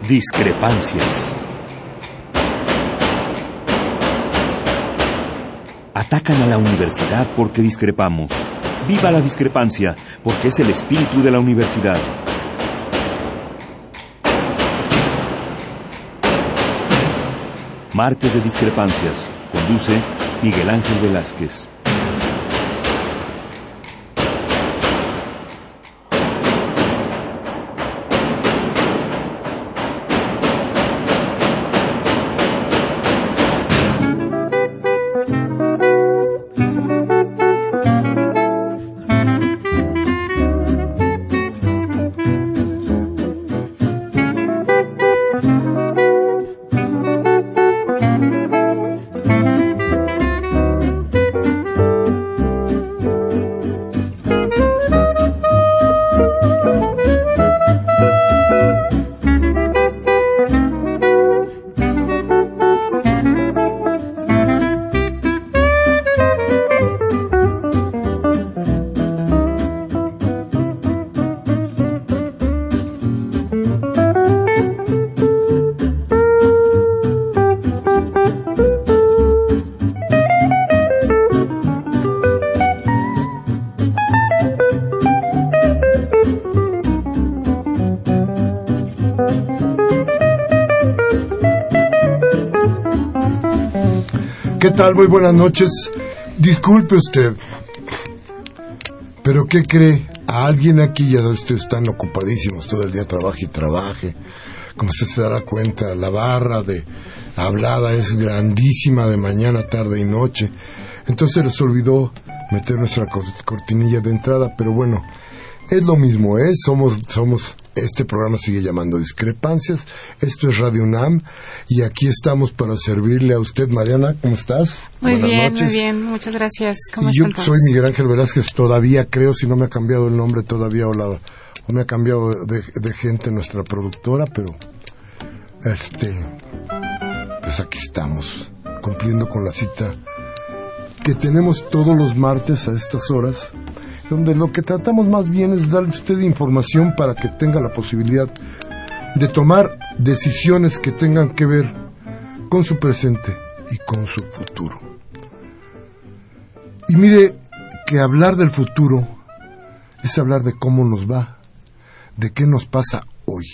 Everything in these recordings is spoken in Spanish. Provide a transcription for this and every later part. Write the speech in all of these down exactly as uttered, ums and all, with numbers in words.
Discrepancias. Atacan a la universidad porque discrepamos. ¡Viva la discrepancia! Porque es el espíritu de la universidad. Martes de Discrepancias. Conduce Miguel Ángel Velázquez. ¿Qué tal? Muy buenas noches. Disculpe usted, pero ¿qué cree? A alguien aquí ya ustedes están ocupadísimos, todo el día trabaje y trabaje. Como usted se dará cuenta, la barra de hablada es grandísima de mañana, tarde y noche. Entonces les olvidó meter nuestra cortinilla de entrada, pero bueno, es lo mismo, ¿eh? Somos, somos, este programa sigue llamando Discrepancias. Esto es Radio UNAM y aquí estamos para servirle a usted. Mariana, ¿cómo estás? Muy Buenas bien, noches. muy bien, muchas gracias. ¿Cómo y yo están soy todos? Miguel Ángel Velázquez, todavía creo, si no me ha cambiado el nombre todavía o, la, o me ha cambiado de, de gente nuestra productora, pero este, pues aquí estamos, cumpliendo con la cita que tenemos todos los martes a estas horas, donde lo que tratamos más bien es darle a usted información para que tenga la posibilidad de tomar decisiones que tengan que ver con su presente y con su futuro. Y mire que hablar del futuro es hablar de cómo nos va, de qué nos pasa hoy.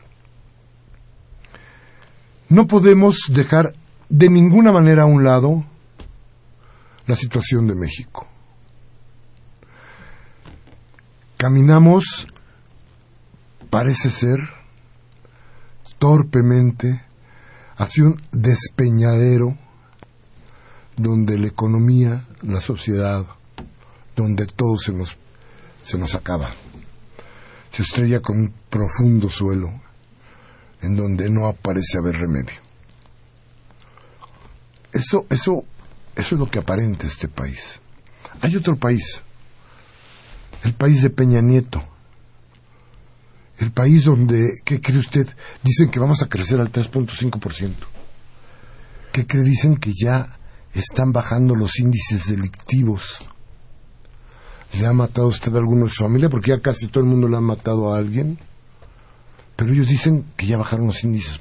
No podemos dejar de ninguna manera a un lado la situación de México. Caminamos, parece ser, torpemente hacia un despeñadero donde la economía, la sociedad, donde todo se nos, se nos acaba. Se estrella con un profundo suelo en donde no parece haber remedio. Eso, eso, eso es lo que aparenta este país. Hay otro país. El país de Peña Nieto, el país donde, ¿qué cree usted? Dicen que vamos a crecer al tres punto cinco por ciento. ¿Qué cree? Dicen que ya están bajando los índices delictivos. ¿Le ha matado usted a alguno de su familia? Porque ya casi todo el mundo le ha matado a alguien. Pero ellos dicen que ya bajaron los índices.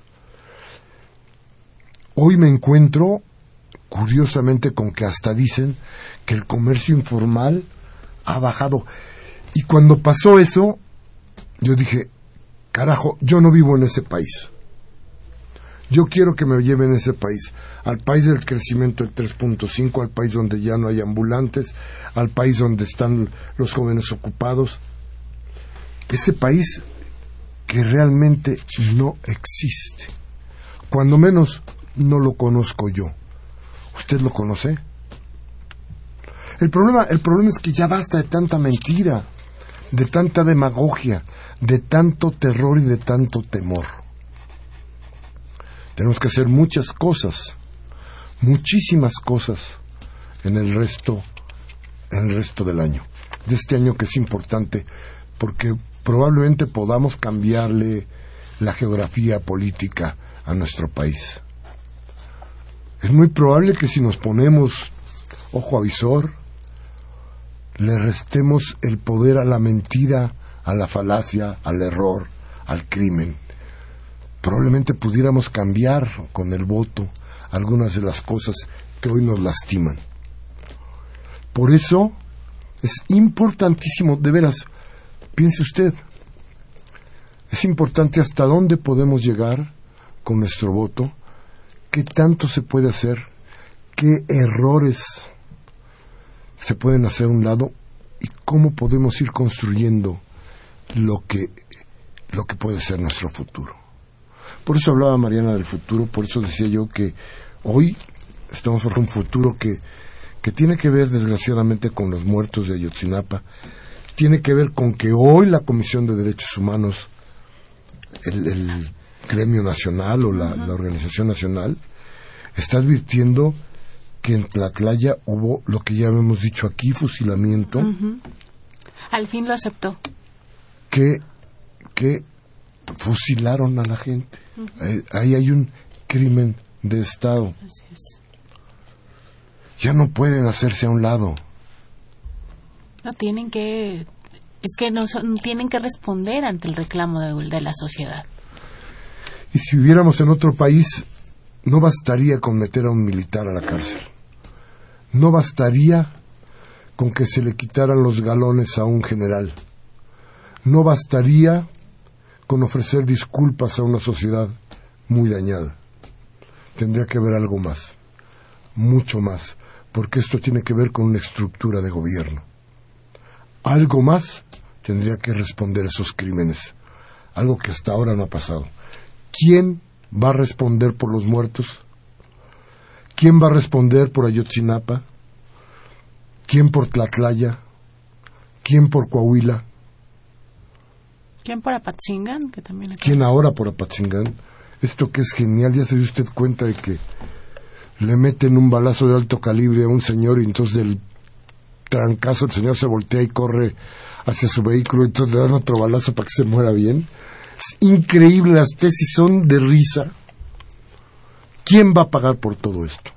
Hoy me encuentro, curiosamente, con que hasta dicen que el comercio informal ha bajado. Y cuando pasó eso, yo dije, carajo, yo no vivo en ese país. Yo quiero que me lleven a ese país, al país del crecimiento del tres punto cinco, al país donde ya no hay ambulantes, al país donde están los jóvenes ocupados. Ese país que realmente no existe. Cuando menos no lo conozco yo. ¿Usted lo conoce? El problema, el problema es que ya basta de tanta mentira, de tanta demagogia, de tanto terror y de tanto temor. Tenemos que hacer muchas cosas, muchísimas cosas en el resto, en el resto del año, de este año que es importante, porque probablemente podamos cambiarle la geografía política a nuestro país. Es muy probable que si nos ponemos ojo avisor, le restemos el poder a la mentira, a la falacia, al error, al crimen. probablemente pudiéramos cambiar con el voto algunas de las cosas que hoy nos lastiman. Por eso es importantísimo, de veras, piense usted, es importante hasta dónde podemos llegar con nuestro voto, qué tanto se puede hacer, qué errores se pueden hacer a un lado y cómo podemos ir construyendo lo que, lo que puede ser nuestro futuro. Por eso hablaba Mariana del futuro, por eso decía yo que hoy estamos por un futuro que, que tiene que ver desgraciadamente con los muertos de Ayotzinapa, tiene que ver con que hoy la Comisión de Derechos Humanos, el, el gremio nacional o la, uh-huh. la organización nacional, está advirtiendo que en Tlatlaya hubo lo que ya hemos dicho aquí, fusilamiento. Uh-huh. Al fin lo aceptó. Que, que fusilaron a la gente. Uh-huh. Ahí, ahí hay un crimen de Estado. Así es. Ya no pueden hacerse a un lado. No tienen que, es que no son, tienen que responder ante el reclamo de, de la sociedad. Y si viviéramos en otro país, no bastaría con meter a un militar a la cárcel. No bastaría con que se le quitaran los galones a un general. No bastaría con ofrecer disculpas a una sociedad muy dañada. Tendría que haber algo más, mucho más, porque esto tiene que ver con una estructura de gobierno. Algo más tendría que responder esos crímenes, algo que hasta ahora no ha pasado. ¿Quién va a responder por los muertos? ¿Quién va a responder por Ayotzinapa? ¿Quién por Tlatlaya? ¿Quién por Coahuila? ¿Quién por Apatzingán? Que también acá. ¿Quién ahora por Apatzingán? Esto que es genial, ya se dio usted cuenta de que le meten un balazo de alto calibre a un señor y entonces del trancazo el señor se voltea y corre hacia su vehículo y entonces le dan otro balazo para que se muera bien. Es increíble, las tesis son de risa. ¿Quién va a pagar por todo esto?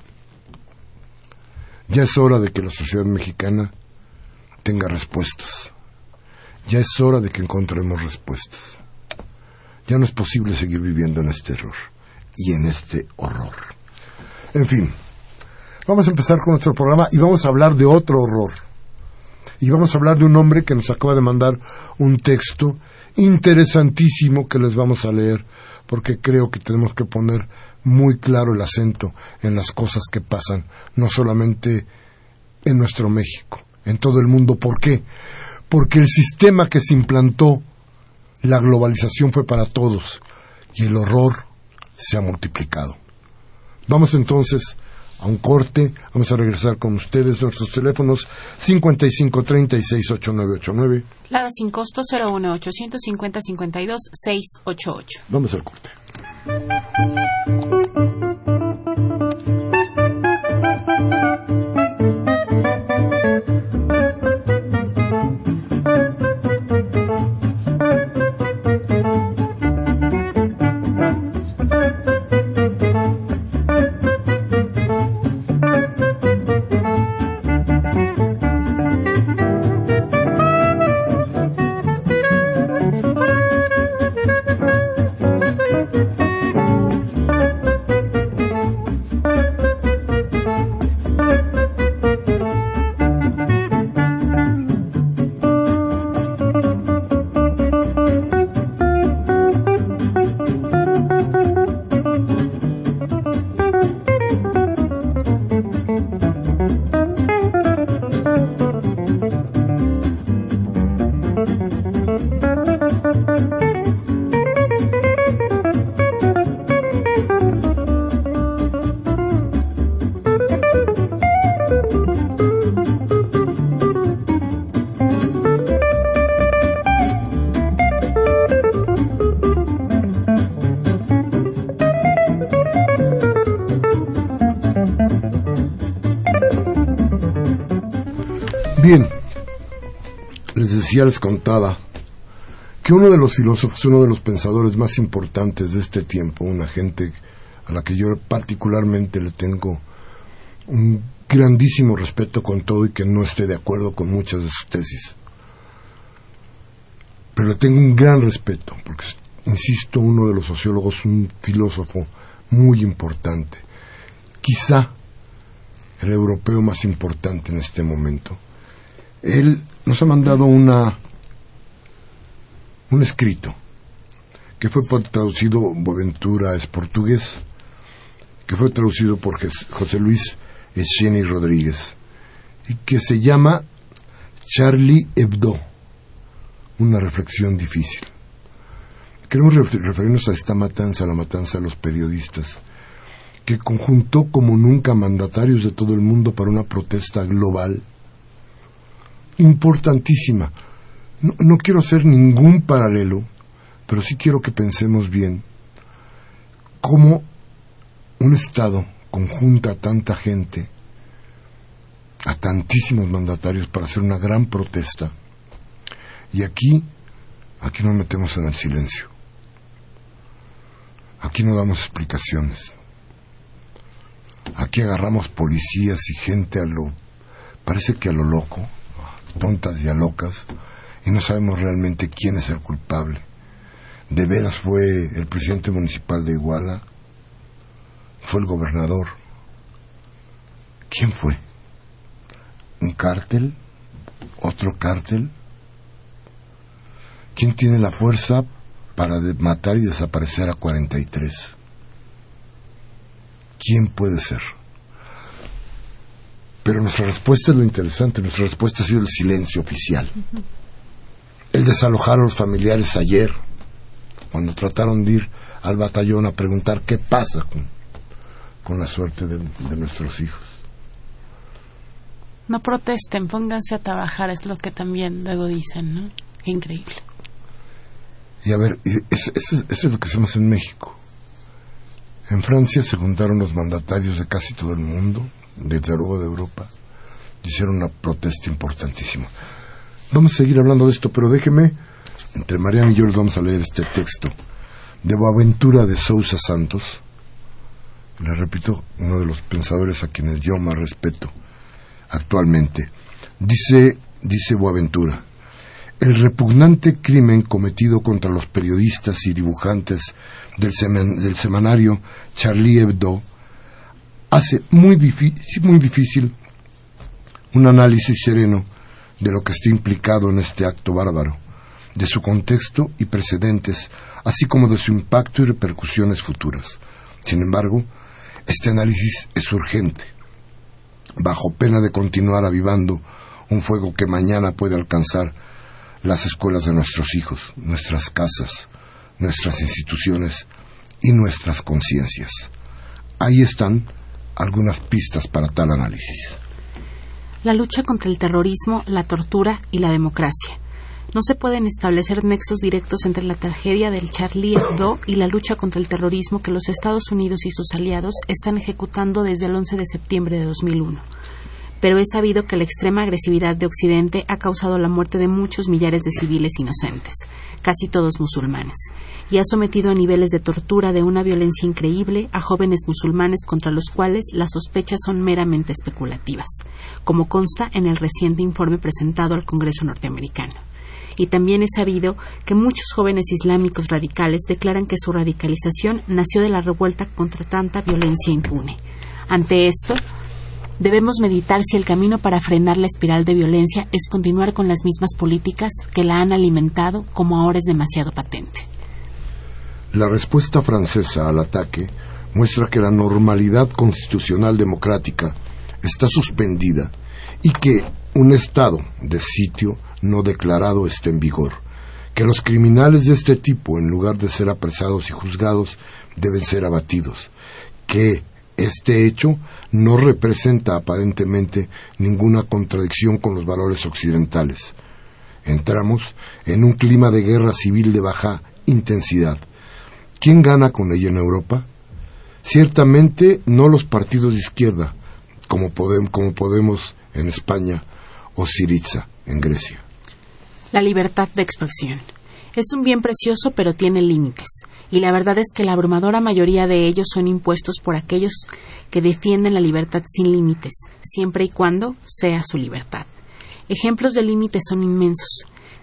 Ya es hora de que la sociedad mexicana tenga respuestas. Ya es hora de que encontremos respuestas. Ya no es posible seguir viviendo en este error y en este horror. En fin, vamos a empezar con nuestro programa y vamos a hablar de otro horror. Y vamos a hablar de un hombre que nos acaba de mandar un texto interesantísimo que les vamos a leer, porque creo que tenemos que poner muy claro el acento en las cosas que pasan, no solamente en nuestro México, en todo el mundo. ¿Por qué? Porque el sistema que se implantó, la globalización, fue para todos y el horror se ha multiplicado. Vamos entonces a un corte, vamos a regresar con ustedes, nuestros teléfonos cincuenta y cinco, treinta y seis, ochenta y nueve ochenta y nueve. Lada sin costo cero uno ochocientos cincuenta cincuenta y dos seiscientos ochenta y ocho. Vamos al corte. Bien, les decía, les contaba que uno de los filósofos, uno de los pensadores más importantes de este tiempo, una gente a la que yo particularmente le tengo un grandísimo respeto con todo y que no esté de acuerdo con muchas de sus tesis, pero le tengo un gran respeto porque insisto, uno de los sociólogos, un filósofo muy importante, quizá el europeo más importante en este momento. Él nos ha mandado una un escrito que fue traducido, Boaventura es portugués, que fue traducido por José Luis Echeni Rodríguez, y que se llama Charlie Hebdo, una reflexión difícil. Queremos referirnos a esta matanza, la matanza de los periodistas, que conjuntó como nunca mandatarios de todo el mundo para una protesta global importantísima. No, no quiero hacer ningún paralelo, pero sí quiero que pensemos bien cómo un Estado conjunta a tanta gente, a tantísimos mandatarios para hacer una gran protesta, y aquí, aquí nos metemos en el silencio, aquí no damos explicaciones, aquí agarramos policías y gente a lo, parece que a lo loco, tontas y a locas, y no sabemos realmente quién es el culpable. ¿De veras fue el presidente municipal de Iguala? ¿Fue el gobernador? ¿Quién fue? ¿Un cártel? ¿Otro cártel? ¿Quién tiene la fuerza para matar y desaparecer a cuarenta y tres? ¿Quién puede ser? Pero nuestra respuesta es lo interesante. Nuestra respuesta ha sido el silencio oficial. El desalojar a los familiares ayer, cuando trataron de ir al batallón a preguntar qué pasa con, con la suerte de, de nuestros hijos. No protesten, pónganse a trabajar, es lo que también luego dicen, ¿no? Qué increíble. Y a ver, eso, eso, eso es lo que hacemos en México. En Francia se juntaron los mandatarios de casi todo el mundo, desde luego de Europa, hicieron una protesta importantísima. Vamos a seguir hablando de esto, pero déjeme, entre Mariana y yo les vamos a leer este texto de Boaventura de Sousa Santos. Le repito, uno de los pensadores a quienes yo más respeto actualmente. Dice, dice Boaventura: el repugnante crimen cometido contra los periodistas y dibujantes del, seman, del semanario Charlie Hebdo hace muy difícil, muy difícil un análisis sereno de lo que está implicado en este acto bárbaro, de su contexto y precedentes, así como de su impacto y repercusiones futuras. Sin embargo, este análisis es urgente, bajo pena de continuar avivando un fuego que mañana puede alcanzar las escuelas de nuestros hijos, nuestras casas, nuestras instituciones y nuestras conciencias. Ahí están algunas pistas para tal análisis. La lucha contra el terrorismo, la tortura y la democracia. No se pueden establecer nexos directos entre la tragedia del Charlie Hebdo y la lucha contra el terrorismo que los Estados Unidos y sus aliados están ejecutando desde el once de septiembre de dos mil uno. Pero es sabido que la extrema agresividad de Occidente ha causado la muerte de muchos millares de civiles inocentes, casi todos musulmanes, y ha sometido a niveles de tortura de una violencia increíble a jóvenes musulmanes contra los cuales las sospechas son meramente especulativas, como consta en el reciente informe presentado al Congreso norteamericano. Y también es sabido que muchos jóvenes islámicos radicales declaran que su radicalización nació de la revuelta contra tanta violencia impune. Ante esto, debemos meditar si el camino para frenar la espiral de violencia es continuar con las mismas políticas que la han alimentado, como ahora es demasiado patente. La respuesta francesa al ataque muestra que la normalidad constitucional democrática está suspendida y que un estado de sitio no declarado está en vigor, que los criminales de este tipo, en lugar de ser apresados y juzgados, deben ser abatidos, que este hecho no representa aparentemente ninguna contradicción con los valores occidentales. Entramos en un clima de guerra civil de baja intensidad. ¿Quién gana con ella en Europa? Ciertamente no los partidos de izquierda, como Podemos, como Podemos en España o Syriza en Grecia. La libertad de expresión. Es un bien precioso, pero tiene límites. Y la verdad es que la abrumadora mayoría de ellos son impuestos por aquellos que defienden la libertad sin límites, siempre y cuando sea su libertad. Ejemplos de límites son inmensos.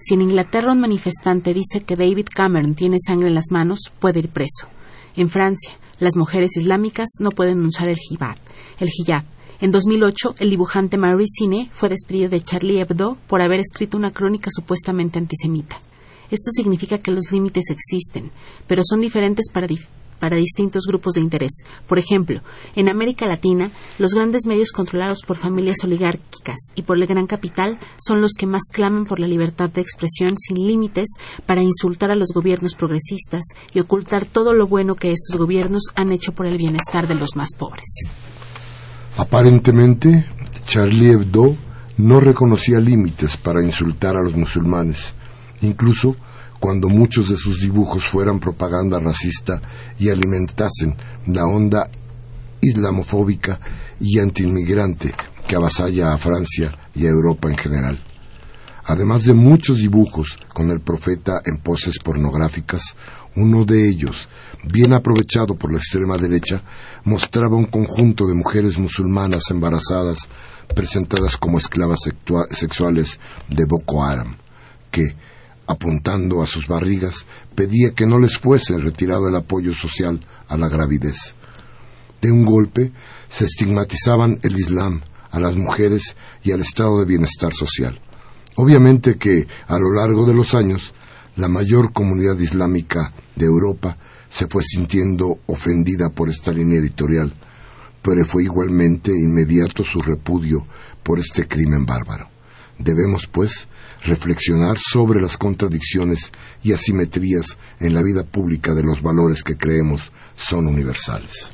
Si en Inglaterra un manifestante dice que David Cameron tiene sangre en las manos, puede ir preso. En Francia, las mujeres islámicas no pueden usar el hijab. El hijab. En dos mil ocho, el dibujante Maurice Sine fue despedido de Charlie Hebdo por haber escrito una crónica supuestamente antisemita. Esto significa que los límites existen, pero son diferentes para, dif- para distintos grupos de interés. Por ejemplo, en América Latina, los grandes medios controlados por familias oligárquicas y por el gran capital son los que más claman por la libertad de expresión sin límites para insultar a los gobiernos progresistas y ocultar todo lo bueno que estos gobiernos han hecho por el bienestar de los más pobres. Aparentemente, Charlie Hebdo no reconocía límites para insultar a los musulmanes, incluso cuando muchos de sus dibujos fueran propaganda racista y alimentasen la onda islamofóbica y antiinmigrante que avasalla a Francia y a Europa en general. Además de muchos dibujos con el profeta en poses pornográficas, uno de ellos, bien aprovechado por la extrema derecha, mostraba un conjunto de mujeres musulmanas embarazadas presentadas como esclavas sexuales de Boko Haram, que, apuntando a sus barrigas, pedía que no les fuese retirado el apoyo social a la gravidez. De un golpe, se estigmatizaban el Islam, a las mujeres y al estado de bienestar social. Obviamente que, a lo largo de los años, la mayor comunidad islámica de Europa se fue sintiendo ofendida por esta línea editorial, pero fue igualmente inmediato su repudio por este crimen bárbaro. Debemos, pues, reflexionar sobre las contradicciones y asimetrías en la vida pública de los valores que creemos son universales.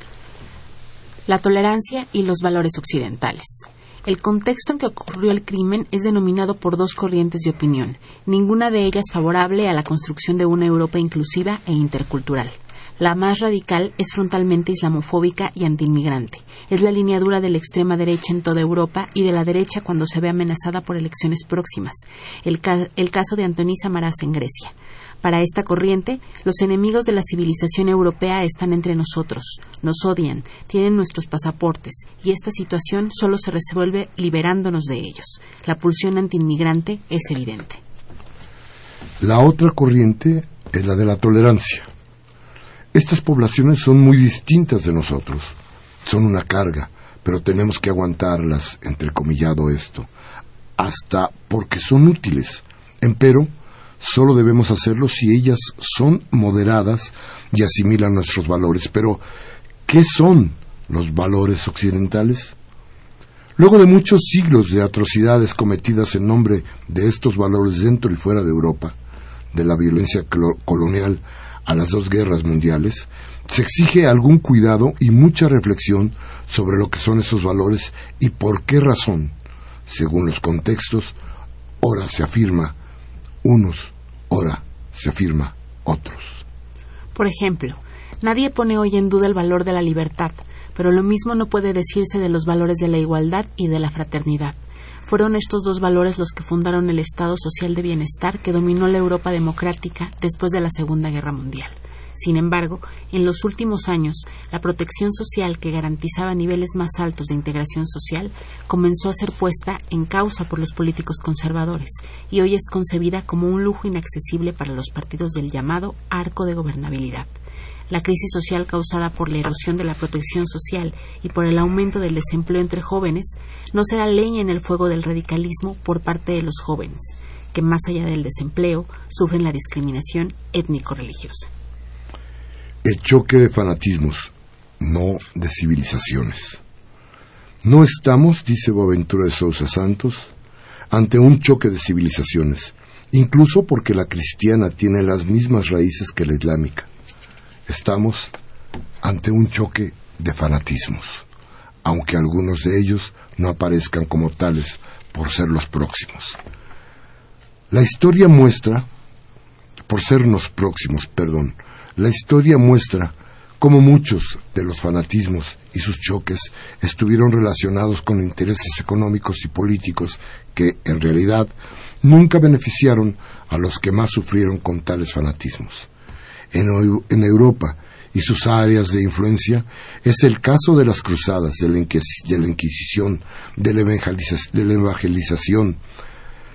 La tolerancia y los valores occidentales. El contexto en que ocurrió el crimen es denominado por dos corrientes de opinión, ninguna de ellas favorable a la construcción de una Europa inclusiva e intercultural. La más radical es frontalmente islamofóbica y antiinmigrante. Es la línea dura de la extrema derecha en toda Europa y de la derecha cuando se ve amenazada por elecciones próximas. El, ca- el caso de Antonis Samaras en Grecia. Para esta corriente, los enemigos de la civilización europea están entre nosotros, nos odian, tienen nuestros pasaportes, y esta situación solo se resuelve liberándonos de ellos. La pulsión antiinmigrante es evidente. La otra corriente es la de la tolerancia. Estas poblaciones son muy distintas de nosotros, son una carga, pero tenemos que aguantarlas, entrecomillado esto, hasta porque son útiles. Empero, solo debemos hacerlo si ellas son moderadas y asimilan nuestros valores. Pero, ¿qué son los valores occidentales? Luego de muchos siglos de atrocidades cometidas en nombre de estos valores dentro y fuera de Europa, de la violencia colonial a las dos guerras mundiales, se exige algún cuidado y mucha reflexión sobre lo que son esos valores y por qué razón, según los contextos, ora se afirma unos, ora se afirma otros. Por ejemplo, nadie pone hoy en duda el valor de la libertad, pero lo mismo no puede decirse de los valores de la igualdad y de la fraternidad. Fueron estos dos valores los que fundaron el Estado social de bienestar que dominó la Europa democrática después de la Segunda Guerra Mundial. Sin embargo, en los últimos años, la protección social que garantizaba niveles más altos de integración social comenzó a ser puesta en causa por los políticos conservadores y hoy es concebida como un lujo inaccesible para los partidos del llamado arco de gobernabilidad. La crisis social causada por la erosión de la protección social y por el aumento del desempleo entre jóvenes no será leña en el fuego del radicalismo por parte de los jóvenes, que más allá del desempleo sufren la discriminación étnico-religiosa. El choque de fanatismos, no de civilizaciones. No estamos, dice Boaventura de Sousa Santos, ante un choque de civilizaciones, incluso porque la cristiana tiene las mismas raíces que la islámica. Estamos ante un choque de fanatismos, aunque algunos de ellos no aparezcan como tales por ser los próximos. La historia muestra, por sernos próximos, perdón, la historia muestra cómo muchos de los fanatismos y sus choques estuvieron relacionados con intereses económicos y políticos que, en realidad, nunca beneficiaron a los que más sufrieron con tales fanatismos. En, en Europa y sus áreas de influencia es el caso de las cruzadas, de la, Inquis- de la Inquisición, de la, evangeliza- de la evangelización,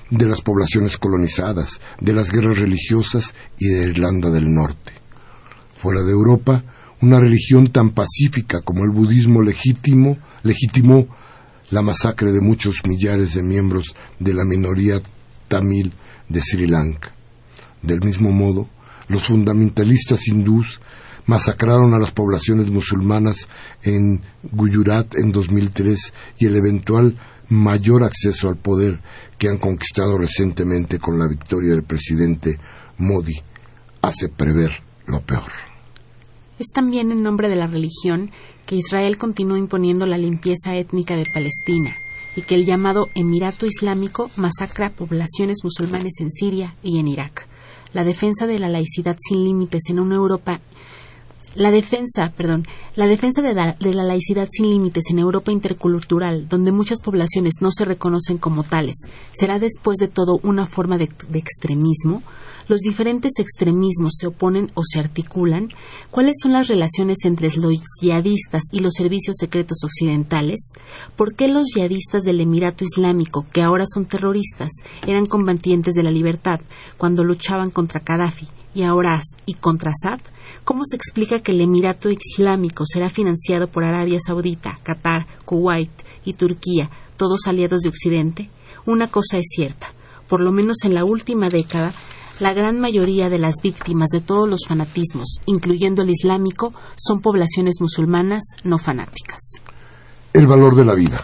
de las poblaciones colonizadas, de las guerras religiosas y de Irlanda del Norte. Fuera de Europa, una religión tan pacífica como el budismo legítimo, legitimó la masacre de muchos millares de miembros de la minoría tamil de Sri Lanka. Del mismo modo, los fundamentalistas hindús masacraron a las poblaciones musulmanas en Gujarat en dos mil tres y el eventual mayor acceso al poder que han conquistado recientemente con la victoria del presidente Modi hace prever lo peor. Es también en nombre de la religión que Israel continúa imponiendo la limpieza étnica de Palestina y que el llamado Emirato Islámico masacra poblaciones musulmanes en Siria y en Irak. La defensa de la laicidad sin límites en una Europa La defensa, perdón, la defensa de la, de la laicidad sin límites en Europa intercultural, donde muchas poblaciones no se reconocen como tales, ¿será después de todo una forma de, de extremismo? ¿Los diferentes extremismos se oponen o se articulan? ¿Cuáles son las relaciones entre los yihadistas y los servicios secretos occidentales? ¿Por qué los yihadistas del Emirato Islámico, que ahora son terroristas, eran combatientes de la libertad cuando luchaban contra Gaddafi y ahora y contra Assad? ¿Cómo se explica que el Emirato Islámico será financiado por Arabia Saudita, Qatar, Kuwait y Turquía, todos aliados de Occidente? Una cosa es cierta, por lo menos en la última década, la gran mayoría de las víctimas de todos los fanatismos, incluyendo el islámico, son poblaciones musulmanas no fanáticas. El valor de la vida.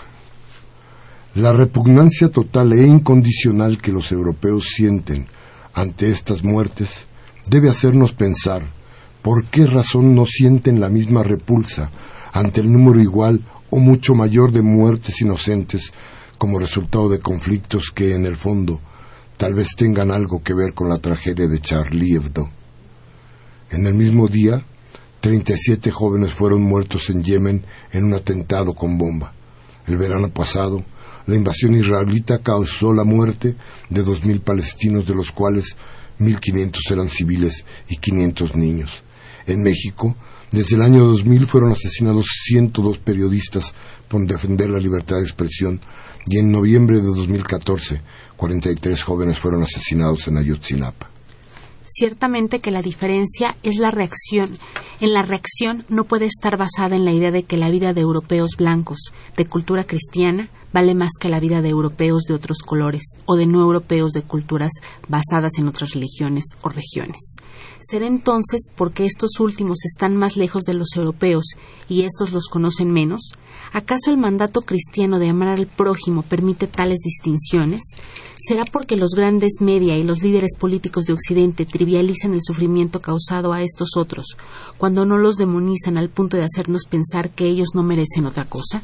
La repugnancia total e incondicional que los europeos sienten ante estas muertes debe hacernos pensar ¿por qué razón no sienten la misma repulsa ante el número igual o mucho mayor de muertes inocentes como resultado de conflictos que, en el fondo, tal vez tengan algo que ver con la tragedia de Charlie Hebdo? En el mismo día, treinta y siete jóvenes fueron muertos en Yemen en un atentado con bomba. El verano pasado, la invasión israelita causó la muerte de dos mil palestinos, de los cuales mil quinientos eran civiles y quinientos niños. En México, desde el año dos mil fueron asesinados ciento dos periodistas por defender la libertad de expresión y en noviembre de dos mil catorce, cuarenta y tres jóvenes fueron asesinados en Ayotzinapa. Ciertamente que la diferencia es la reacción. En la reacción no puede estar basada en la idea de que la vida de europeos blancos, de cultura cristiana, vale más que la vida de europeos de otros colores o de no europeos de culturas basadas en otras religiones o regiones. ¿Será entonces porque estos últimos están más lejos de los europeos y estos los conocen menos? ¿Acaso el mandato cristiano de amar al prójimo permite tales distinciones? ¿Será porque los grandes media y los líderes políticos de Occidente trivializan el sufrimiento causado a estos otros, cuando no los demonizan al punto de hacernos pensar que ellos no merecen otra cosa?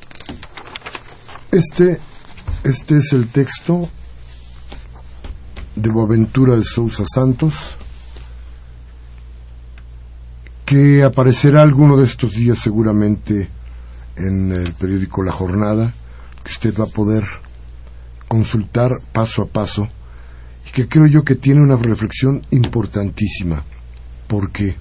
Este, este es el texto de Boaventura de Sousa Santos, que aparecerá alguno de estos días seguramente en el periódico La Jornada, que usted va a poder consultar paso a paso, y que creo yo que tiene una reflexión importantísima, porque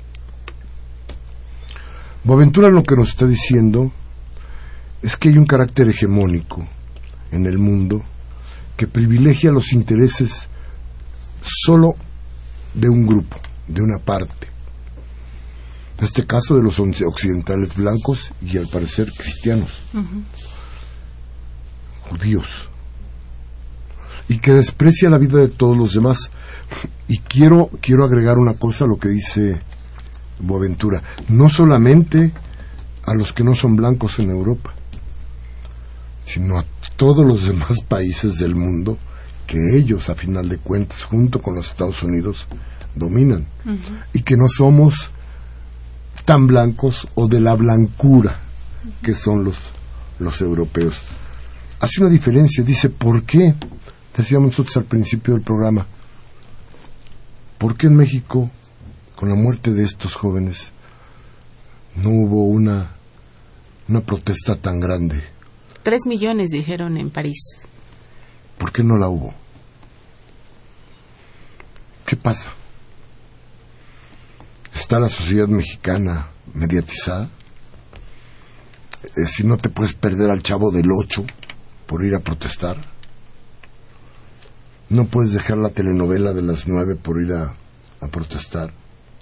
Boaventura lo que nos está diciendo es que hay un carácter hegemónico en el mundo que privilegia los intereses solo de un grupo, de una parte. En este caso de los occidentales blancos y al parecer cristianos, uh-huh. judíos, y que desprecia la vida de todos los demás. Y quiero, quiero agregar una cosa a lo que dice Boaventura, no solamente a los que no son blancos en Europa, sino a todos los demás países del mundo que ellos, a final de cuentas, junto con los Estados Unidos, dominan, uh-huh. y que no somos tan blancos o de la blancura que son los, los europeos. Hace una diferencia, dice, ¿por qué? Decíamos nosotros al principio del programa, ¿por qué en México, con la muerte de estos jóvenes, no hubo una, una protesta tan grande? Tres millones dijeron en París. ¿Por qué no la hubo? ¿Qué pasa? ¿Está la sociedad mexicana mediatizada? Eh, si no te puedes perder al Chavo del Ocho por ir a protestar. No puedes dejar la telenovela de las nueve por ir a, a protestar.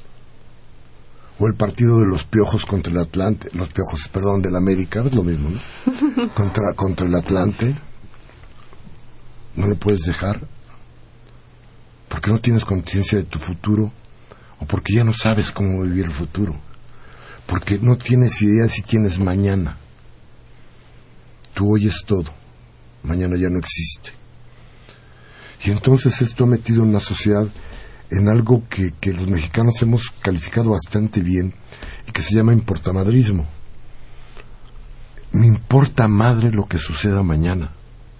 O el partido de los Piojos contra el Atlante, los Piojos, perdón, del América, es lo mismo, ¿no? Contra, contra el Atlante. No lo puedes dejar porque no tienes conciencia de tu futuro, o porque ya no sabes cómo vivir el futuro, porque no tienes idea si tienes mañana. Tú hoy es todo, mañana ya no existe. Y entonces esto ha metido en la sociedad en algo que, que los mexicanos hemos calificado bastante bien y que se llama importamadrismo. Me importa madre lo que suceda mañana.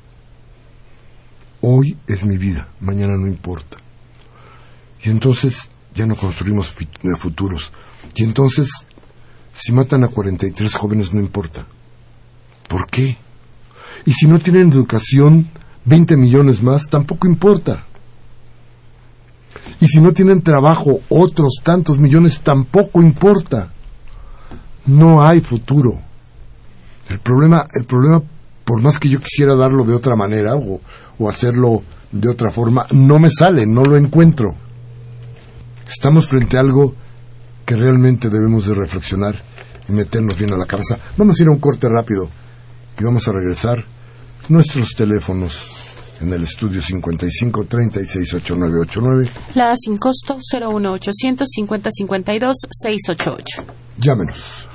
Hoy es mi vida, mañana no importa. Y entonces ya no construimos futuros. Y entonces, si matan a cuarenta y tres jóvenes no importa. ¿Por qué? Y si no tienen educación, veinte millones más, tampoco importa. Y si no tienen trabajo, otros tantos millones, tampoco importa. No hay futuro. El problema, el problema, por más que yo quisiera darlo de otra manera o, o hacerlo de otra forma, no me sale, no lo encuentro. Estamos frente a algo que realmente debemos de reflexionar y meternos bien a la cabeza. Vamos a ir a un corte rápido y vamos a regresar. Nuestros teléfonos en el estudio cincuenta y cinco, treinta y seis, ochenta y nueve ochenta y nueve. La sin costo cero uno ochocientos cincuenta cincuenta y dos seiscientos ochenta y ocho. Llámenos.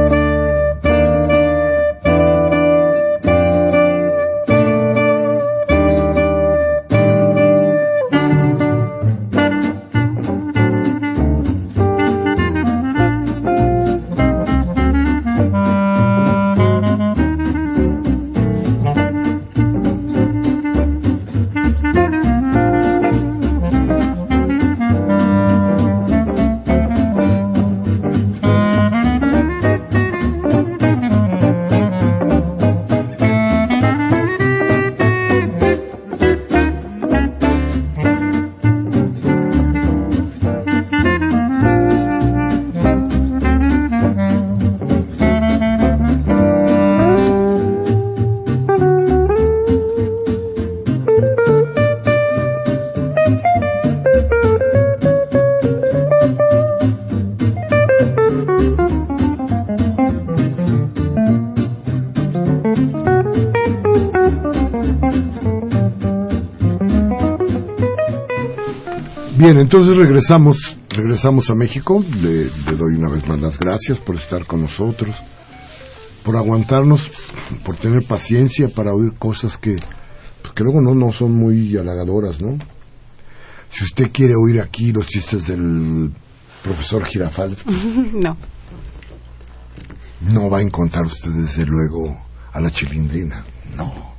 Bien, entonces regresamos, regresamos a México. Le, le doy una vez más las gracias por estar con nosotros, por aguantarnos, por tener paciencia para oír cosas que, que luego no, no son muy halagadoras, ¿no? Si usted quiere oír aquí los chistes del profesor Girafales, no. No va a encontrar usted desde luego a la Chilindrina, no.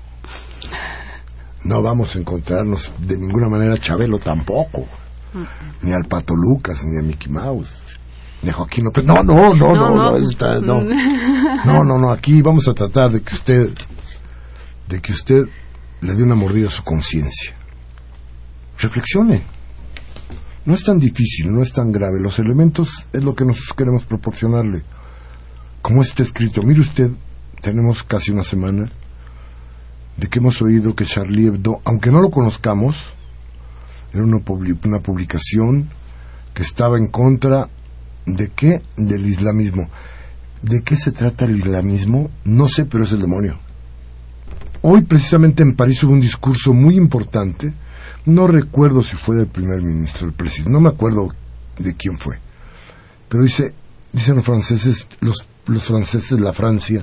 No vamos a encontrarnos de ninguna manera a Chabelo tampoco. Ni al Pato Lucas, ni a Mickey Mouse, ni a Joaquín López. No, no, no, no, no, no, está, no. No, no, no, aquí vamos a tratar de que usted, de que usted le dé una mordida a su conciencia. Reflexione. No es tan difícil, no es tan grave. Los elementos es lo que nosotros queremos proporcionarle. Como está escrito, mire usted, tenemos casi una semana de que hemos oído que Charlie Hebdo, aunque no lo conozcamos, era una, una publicación que estaba en contra de qué, del islamismo. ¿De qué se trata el islamismo? No sé, pero es el demonio. Hoy precisamente en París hubo un discurso muy importante, no recuerdo si fue del primer ministro, del presidente, no me acuerdo de quién fue, pero dice, dicen los franceses, los, los franceses, la Francia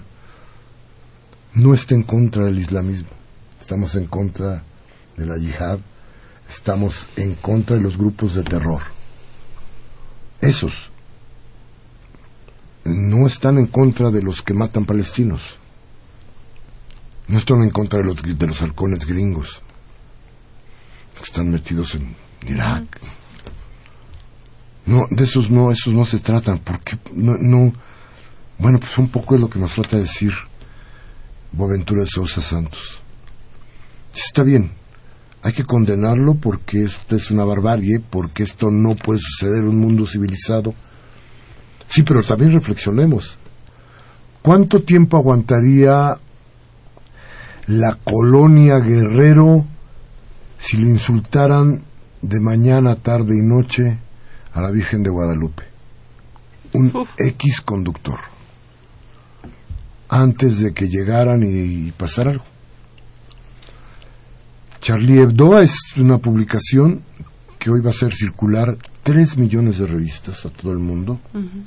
no está en contra del islamismo, estamos en contra de la yihad, estamos en contra de los grupos de terror. Esos no están en contra de los que matan palestinos, no están en contra de los, de los halcones gringos que están metidos en Irak. No, de esos no, esos no se tratan, porque no, no, bueno, pues un poco es lo que nos trata de decir Boaventura de Sousa Santos. Sí, está bien, hay que condenarlo porque esto es una barbarie, porque esto no puede suceder en un mundo civilizado. Sí, pero también reflexionemos. ¿Cuánto tiempo aguantaría la colonia Guerrero si le insultaran de mañana, tarde y noche a la Virgen de Guadalupe? Un Uf. X conductor, antes de que llegaran y, y pasara algo. Charlie Hebdo es una publicación que hoy va a hacer circular tres millones de revistas a todo el mundo. Uh-huh.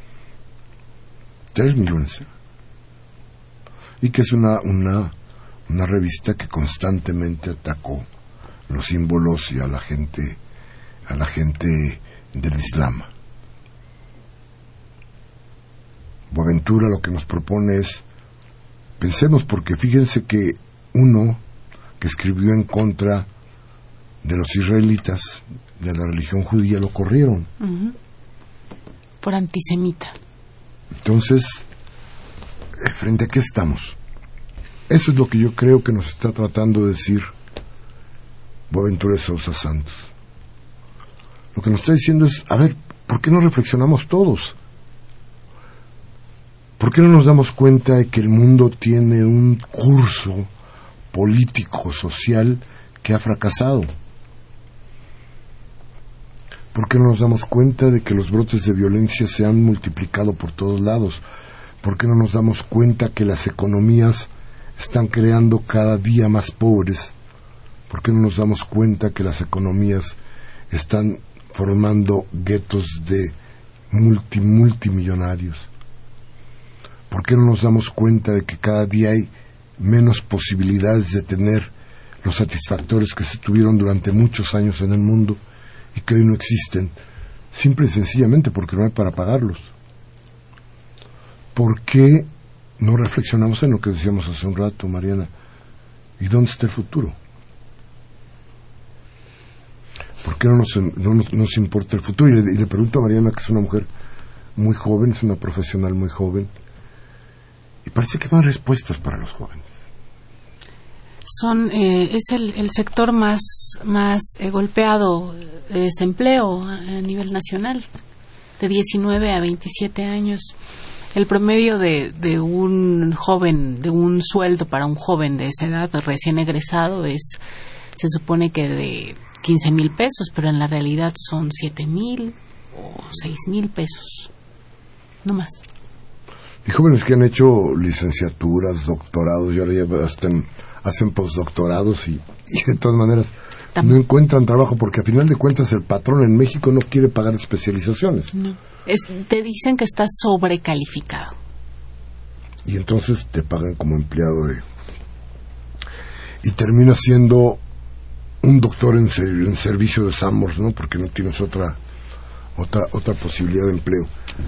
Tres millones. ¿eh? Y que es una, una, una revista que constantemente atacó los símbolos y a la gente, a la gente del Islam. Boaventura lo que nos propone es, pensemos, porque fíjense que uno que escribió en contra de los israelitas, de la religión judía, lo corrieron. Uh-huh. Por antisemita. Entonces, ¿frente a qué estamos? Eso es lo que yo creo que nos está tratando de decir Boaventura de Sousa Santos. Lo que nos está diciendo es, a ver, ¿por qué no reflexionamos todos? ¿Por qué no nos damos cuenta de que el mundo tiene un curso político, social, que ha fracasado? ¿Por qué no nos damos cuenta de que los brotes de violencia se han multiplicado por todos lados? ¿Por qué no nos damos cuenta que las economías están creando cada día más pobres? ¿Por qué no nos damos cuenta que las economías están formando guetos de multi, multimillonarios? ¿Por qué no nos damos cuenta de que cada día hay menos posibilidades de tener los satisfactores que se tuvieron durante muchos años en el mundo y que hoy no existen? Simple y sencillamente porque no hay para pagarlos. ¿Por qué no reflexionamos en lo que decíamos hace un rato, Mariana? ¿Y dónde está el futuro? ¿Por qué no nos, no nos, nos importa el futuro? Y le, y le pregunto a Mariana, que es una mujer muy joven, es una profesional muy joven, y parece que no hay respuestas para los jóvenes. Son eh, es el, el sector más más eh, golpeado de desempleo a, a nivel nacional, de diecinueve a veintisiete años. El promedio de, de un joven, de un sueldo para un joven de esa edad recién egresado es, se supone que de quince mil pesos, pero en la realidad son siete mil o seis mil pesos, no más. Y jóvenes que han hecho licenciaturas, doctorados, y ahora ya hasta en, hacen postdoctorados y, y de todas maneras También. no encuentran trabajo, porque a final de cuentas el patrón en México no quiere pagar especializaciones. No. Es, te dicen que estás sobrecalificado. Y entonces te pagan como empleado de... Y termina siendo un doctor en, ser, en servicio de SAMUR, ¿no? Porque no tienes otra, otra, otra posibilidad de empleo.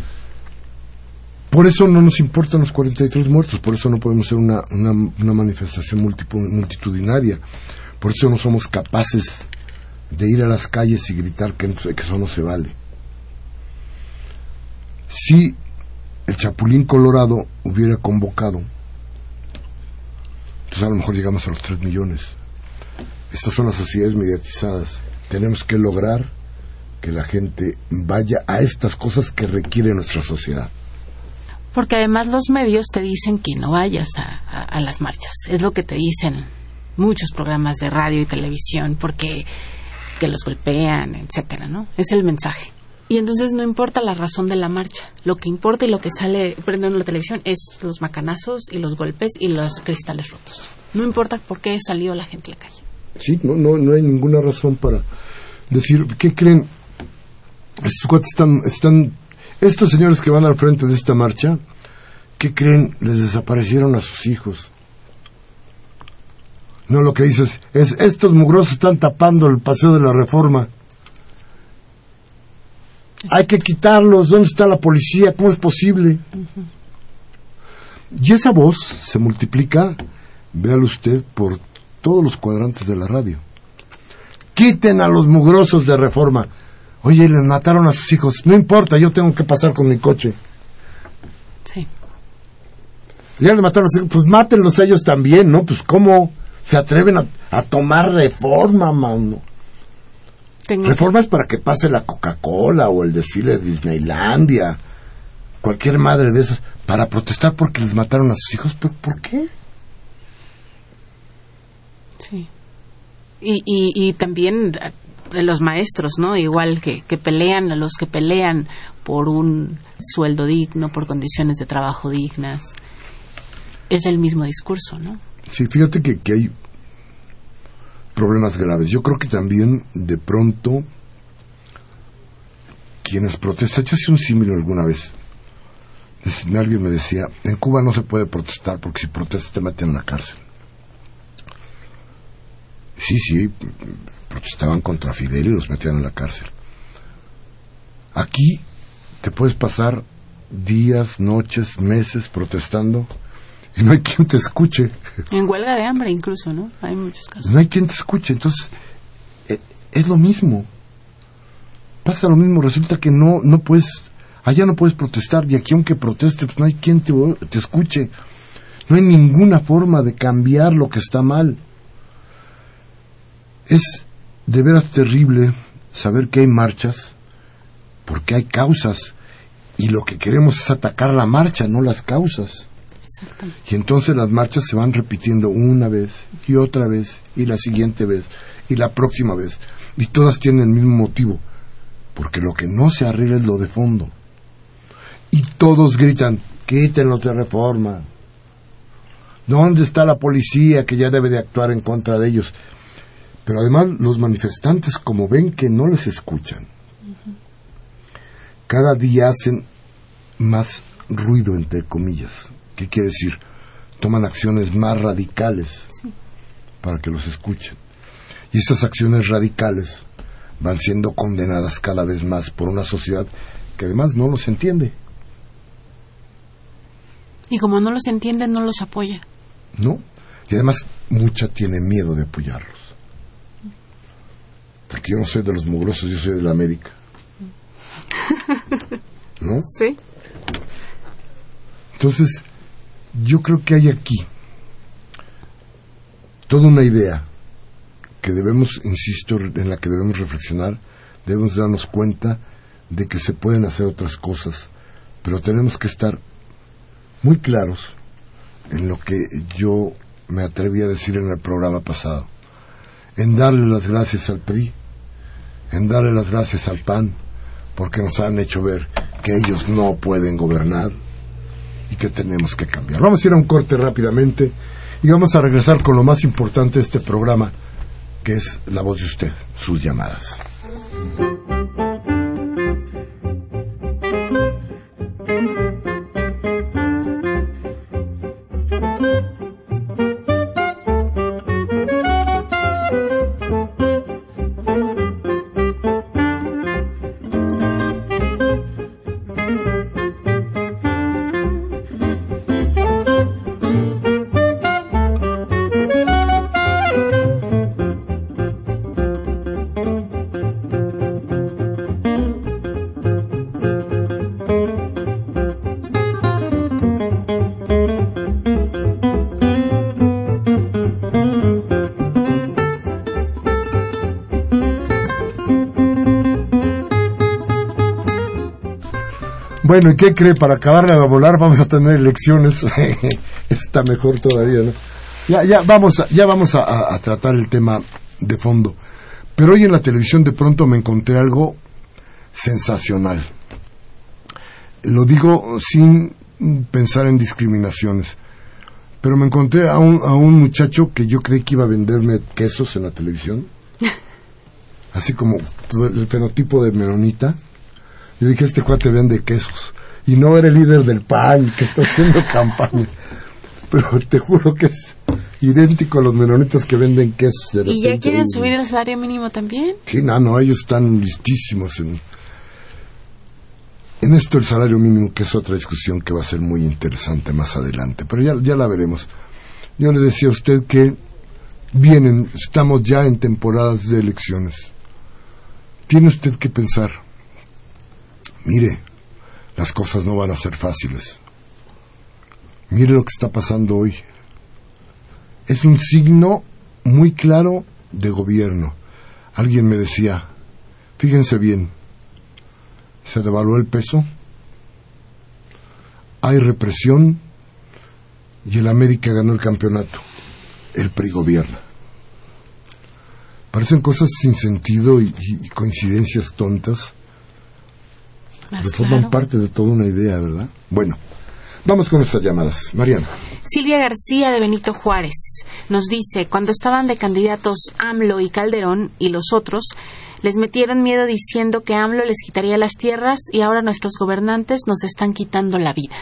Por eso no nos importan los cuarenta y tres muertos, por eso no podemos hacer una, una, una manifestación multitudinaria, por eso no somos capaces de ir a las calles y gritar que, que eso no se vale. Si el Chapulín Colorado hubiera convocado, entonces a lo mejor llegamos a los tres millones. Estas son las sociedades mediatizadas. Tenemos que lograr que la gente vaya a estas cosas que requiere nuestra sociedad. Porque además los medios te dicen que no vayas a, a, a las marchas. Es lo que te dicen muchos programas de radio y televisión, porque que los golpean, etcétera, ¿no? Es el mensaje. Y entonces no importa la razón de la marcha. Lo que importa y lo que sale prendiendo en la televisión es los macanazos y los golpes y los cristales rotos. No importa por qué salió la gente a la calle. Sí, no, no, no hay ninguna razón para decir, ¿qué creen? Estos cuates están, están, estos señores que van al frente de esta marcha, ¿qué creen? Les desaparecieron a sus hijos. No, lo que dices es, estos mugrosos están tapando el Paseo de la Reforma. Hay que quitarlos. ¿Dónde está la policía? ¿Cómo es posible? Uh-huh. Y esa voz se multiplica, véalo usted, por todos los cuadrantes de la radio. Quiten a los mugrosos de Reforma. Oye, les mataron a sus hijos. No importa, yo tengo que pasar con mi coche. Sí. Ya les mataron a sus hijos, pues mátenlos a ellos también, ¿no? Pues ¿cómo se atreven a, a tomar Reforma, mano? Tengo... Reforma es para que pase la Coca-Cola o el desfile de Disneylandia, cualquier madre de esas, para protestar porque les mataron a sus hijos. ¿Pero por qué? Sí. Y, y, y también de los maestros, ¿no? Igual que, que pelean, a los que pelean por un sueldo digno, por condiciones de trabajo dignas. Es el mismo discurso, ¿no? Sí, fíjate que, que hay problemas graves. Yo creo que también, de pronto, quienes protestan, yo hice un símil alguna vez. Alguien me decía, en Cuba no se puede protestar porque si protestas te meten en la cárcel. Sí, sí, protestaban contra Fidel y los metían en la cárcel. Aquí te puedes pasar días, noches, meses protestando y no hay quien te escuche. En huelga de hambre incluso, ¿no? Hay muchos casos. No hay quien te escuche, entonces eh, es lo mismo. Pasa lo mismo, resulta que no no puedes, allá no puedes protestar y aquí aunque protestes pues no hay quien te, te escuche. No hay ninguna forma de cambiar lo que está mal. Es de veras terrible saber que hay marchas porque hay causas y lo que queremos es atacar la marcha, no las causas. Exactamente. Y entonces las marchas se van repitiendo una vez y otra vez y la siguiente vez y la próxima vez y todas tienen el mismo motivo, porque lo que no se arregla es lo de fondo y todos gritan, quítenlo de reforma. ¿Dónde está la policía que ya debe de actuar en contra de ellos? Pero además los manifestantes, como ven que no les escuchan, uh-huh, cada día hacen más ruido, entre comillas. ¿Qué quiere decir? Toman acciones más radicales, sí, para que los escuchen. Y esas acciones radicales van siendo condenadas cada vez más por una sociedad que además no los entiende. Y como no los entiende, no los apoya. No, y además mucha tiene miedo de apoyarlos. Porque yo no soy de los mugrosos, yo soy de la América. ¿No? Sí. Entonces, yo creo que hay aquí toda una idea que debemos, insisto, en la que debemos reflexionar, debemos darnos cuenta de que se pueden hacer otras cosas, pero tenemos que estar muy claros en lo que yo me atreví a decir en el programa pasado, en darle las gracias al P R I, en darle las gracias al P A N, porque nos han hecho ver que ellos no pueden gobernar y que tenemos que cambiar. Vamos a ir a un corte rápidamente y vamos a regresar con lo más importante de este programa, que es la voz de usted, sus llamadas. Bueno, ¿y qué cree? Para acabarle de volar vamos a tener elecciones. Está mejor todavía, ¿no? Ya, ya vamos, a, ya vamos a, a tratar el tema de fondo. Pero hoy en la televisión de pronto me encontré algo sensacional. Lo digo sin pensar en discriminaciones. Pero me encontré a un, a un muchacho que yo creí que iba a venderme quesos en la televisión. Así como el fenotipo de menonita. Yo dije, este cuate vende quesos. Y no era el líder del P A N que está haciendo campaña. Pero te juro que es idéntico a los menonitas que venden quesos. De ¿Y ya quieren subir el salario mínimo también? Sí, no, no, ellos están listísimos en, en esto el salario mínimo, que es otra discusión que va a ser muy interesante más adelante. Pero ya, ya la veremos. Yo le decía a usted que vienen, estamos ya en temporadas de elecciones. Tiene usted que pensar. Mire, las cosas no van a ser fáciles. Mire lo que está pasando hoy. Es un signo muy claro de gobierno. Alguien me decía, fíjense bien, se devaluó el peso, hay represión y el América ganó el campeonato. El P R I gobierna. Parecen cosas sin sentido y, y, y coincidencias tontas. Más que forman claro. parte de toda una idea, ¿verdad? Bueno, vamos con nuestras llamadas. Mariana. Silvia García de Benito Juárez nos dice, cuando estaban de candidatos AMLO y Calderón y los otros, les metieron miedo diciendo que AMLO les quitaría las tierras y ahora nuestros gobernantes nos están quitando la vida.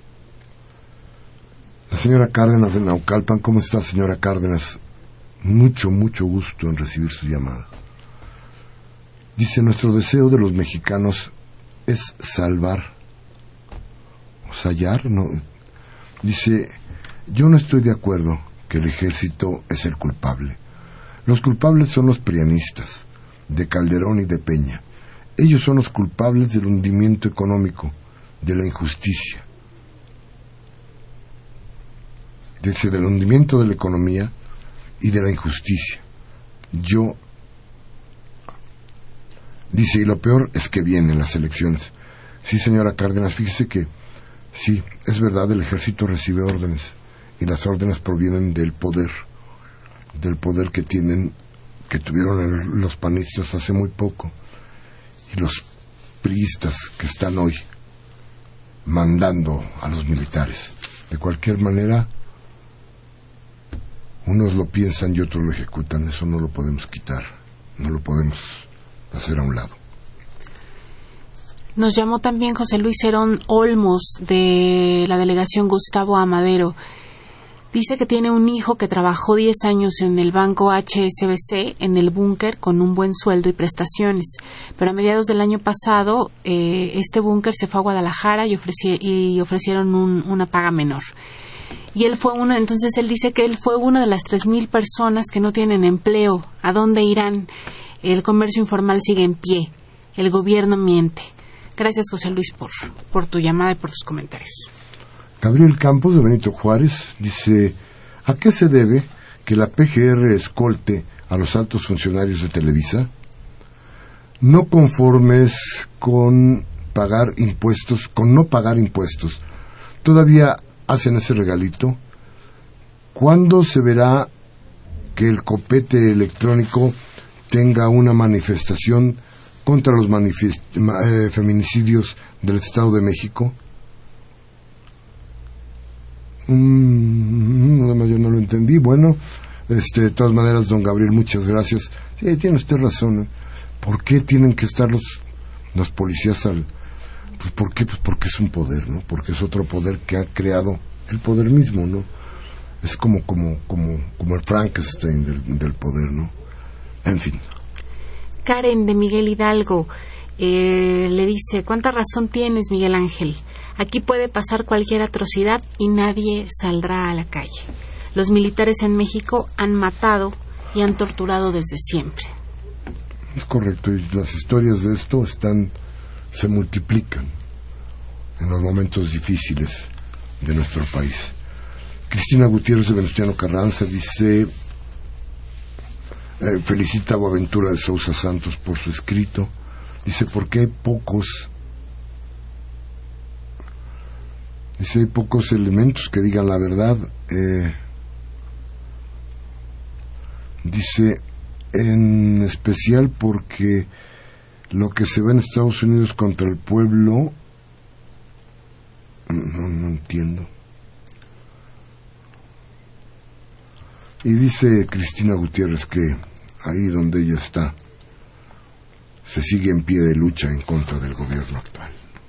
La señora Cárdenas de Naucalpan. ¿Cómo está, señora Cárdenas? Mucho, mucho gusto en recibir su llamada. Dice, nuestro deseo de los mexicanos es salvar o sallar, no. Dice, yo no estoy de acuerdo que el ejército es el culpable. Los culpables son los prianistas, de Calderón y de Peña. Ellos son los culpables del hundimiento económico, de la injusticia. Dice, del hundimiento de la economía y de la injusticia. Yo, dice, y lo peor es que vienen las elecciones. Sí, señora Cárdenas, fíjese que, sí, es verdad, el ejército recibe órdenes, y las órdenes provienen del poder, del poder que tienen, que tuvieron el, los panistas hace muy poco, y los priistas que están hoy mandando a los militares. De cualquier manera, unos lo piensan y otros lo ejecutan. Eso no lo podemos quitar, no lo podemos hacer a un lado. Nos llamó también José Luis Herón Olmos de la delegación Gustavo Amadero. Dice que tiene un hijo que trabajó diez años en el banco H S B C, en el búnker, con un buen sueldo y prestaciones. Pero a mediados del año pasado, eh, este búnker se fue a Guadalajara y, ofreci- y ofrecieron un, una paga menor. Y él fue uno, entonces él dice que él fue una de las tres mil personas que no tienen empleo. ¿A dónde irán? El comercio informal sigue en pie. El gobierno miente. Gracias, José Luis, por, por tu llamada y por tus comentarios. Gabriel Campos de Benito Juárez dice, ¿a qué se debe que la P G R escolte a los altos funcionarios de Televisa? No conformes con pagar impuestos, con no pagar impuestos, todavía hacen ese regalito. ¿Cuándo se verá que el copete electrónico tenga una manifestación contra los manifest- eh, feminicidios del Estado de México? Mm, además yo no lo entendí. Bueno, este, de todas maneras, don Gabriel, muchas gracias. Sí, tiene usted razón. ¿Por qué tienen que estar los, los policías al...? Pues ¿por qué? Pues porque es un poder, ¿no? Porque es otro poder que ha creado el poder mismo, ¿no? Es como como como como el Frankenstein del, del poder, ¿no? En fin. Karen de Miguel Hidalgo eh, le dice, ¿cuánta razón tienes, Miguel Ángel? Aquí puede pasar cualquier atrocidad y nadie saldrá a la calle. Los militares en México han matado y han torturado desde siempre. Es correcto, y las historias de esto están, se multiplican en los momentos difíciles de nuestro país. Cristina Gutiérrez de Venustiano Carranza dice, eh, felicita a Boaventura de Sousa Santos por su escrito. Dice, ¿por qué hay pocos? Dice, hay pocos elementos que digan la verdad. Eh, dice, en especial porque lo que se ve en Estados Unidos contra el pueblo, no, no entiendo. Y dice Cristina Gutiérrez que ahí donde ella está se sigue en pie de lucha en contra del gobierno actual.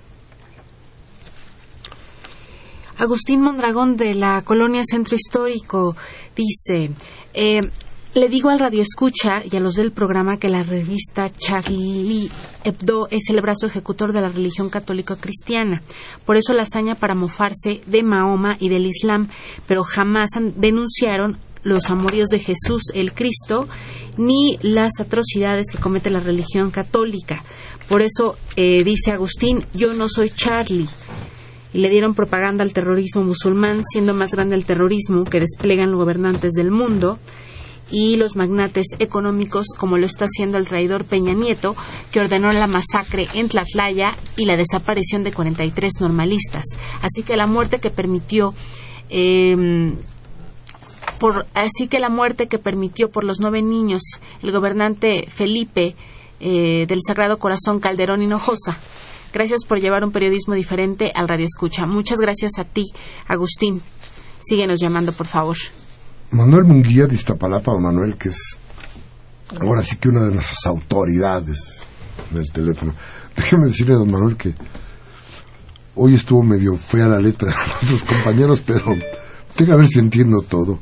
Agustín Mondragón de la colonia Centro Histórico dice, eh, le digo al radioescucha y a los del programa que la revista Charlie Hebdo es el brazo ejecutor de la religión católica cristiana. Por eso la hazaña para mofarse de Mahoma y del Islam, pero jamás denunciaron los amoríos de Jesús el Cristo ni las atrocidades que comete la religión católica. Por eso eh, dice Agustín, yo no soy Charlie. Y le dieron propaganda al terrorismo musulmán, siendo más grande el terrorismo que despliegan los gobernantes del mundo y los magnates económicos, como lo está haciendo el traidor Peña Nieto, que ordenó la masacre en Tlatlaya y la desaparición de cuarenta y tres normalistas. Así que la muerte que permitió eh, por así que la muerte que permitió por los nueve niños el gobernante Felipe eh, del Sagrado Corazón Calderón Hinojosa. Gracias por llevar un periodismo diferente al Radio Escucha. Muchas gracias a ti, Agustín. Síguenos llamando, por favor. Manuel Munguía de Iztapalapa, Manuel, que es ahora sí que una de nuestras autoridades del teléfono. Déjeme decirle a don Manuel que hoy estuvo medio fea la letra de nuestros compañeros, pero tenga a ver si entiendo todo.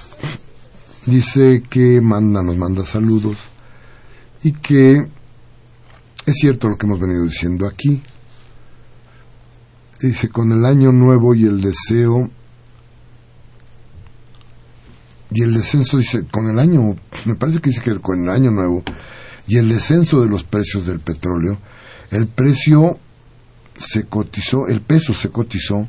Dice que manda, nos manda saludos y que es cierto lo que hemos venido diciendo aquí. Dice, con el año nuevo y el deseo y el descenso, dice, con el año, me parece que dice que con el año nuevo y el descenso de los precios del petróleo, el precio se cotizó, el peso se cotizó,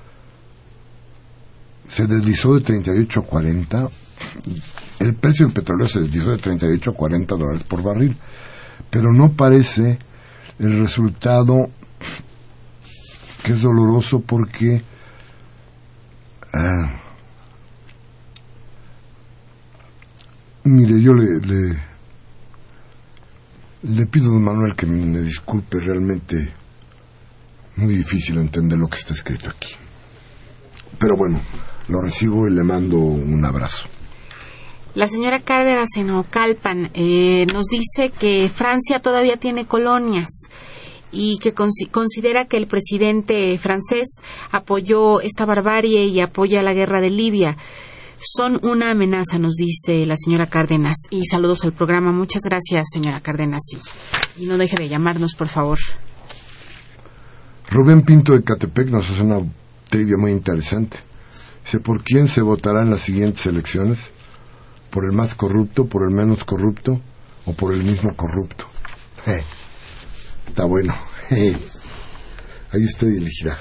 se deslizó de treinta y ocho a cuarenta, el precio del petróleo se deslizó de treinta y ocho a cuarenta dólares por barril, pero no parece el resultado, que es doloroso porque ah, mire, yo le, le le pido a don Manuel que me disculpe, realmente muy difícil entender lo que está escrito aquí, pero bueno, lo recibo y le mando un abrazo. La señora Cárdenas en Ocalpan eh, nos dice que Francia todavía tiene colonias y que cons- considera que el presidente francés apoyó esta barbarie y apoya la guerra de Libia. Son una amenaza, nos dice la señora Cárdenas. Y saludos al programa. Muchas gracias, señora Cárdenas. Y, y no deje de llamarnos, por favor. Rubén Pinto de Catepec nos hace una trivia muy interesante. Dice, ¿por quién se votará en las siguientes elecciones? ¿Por el más corrupto, por el menos corrupto o por el mismo corrupto? Eh, está bueno. Eh, ahí usted elegirá.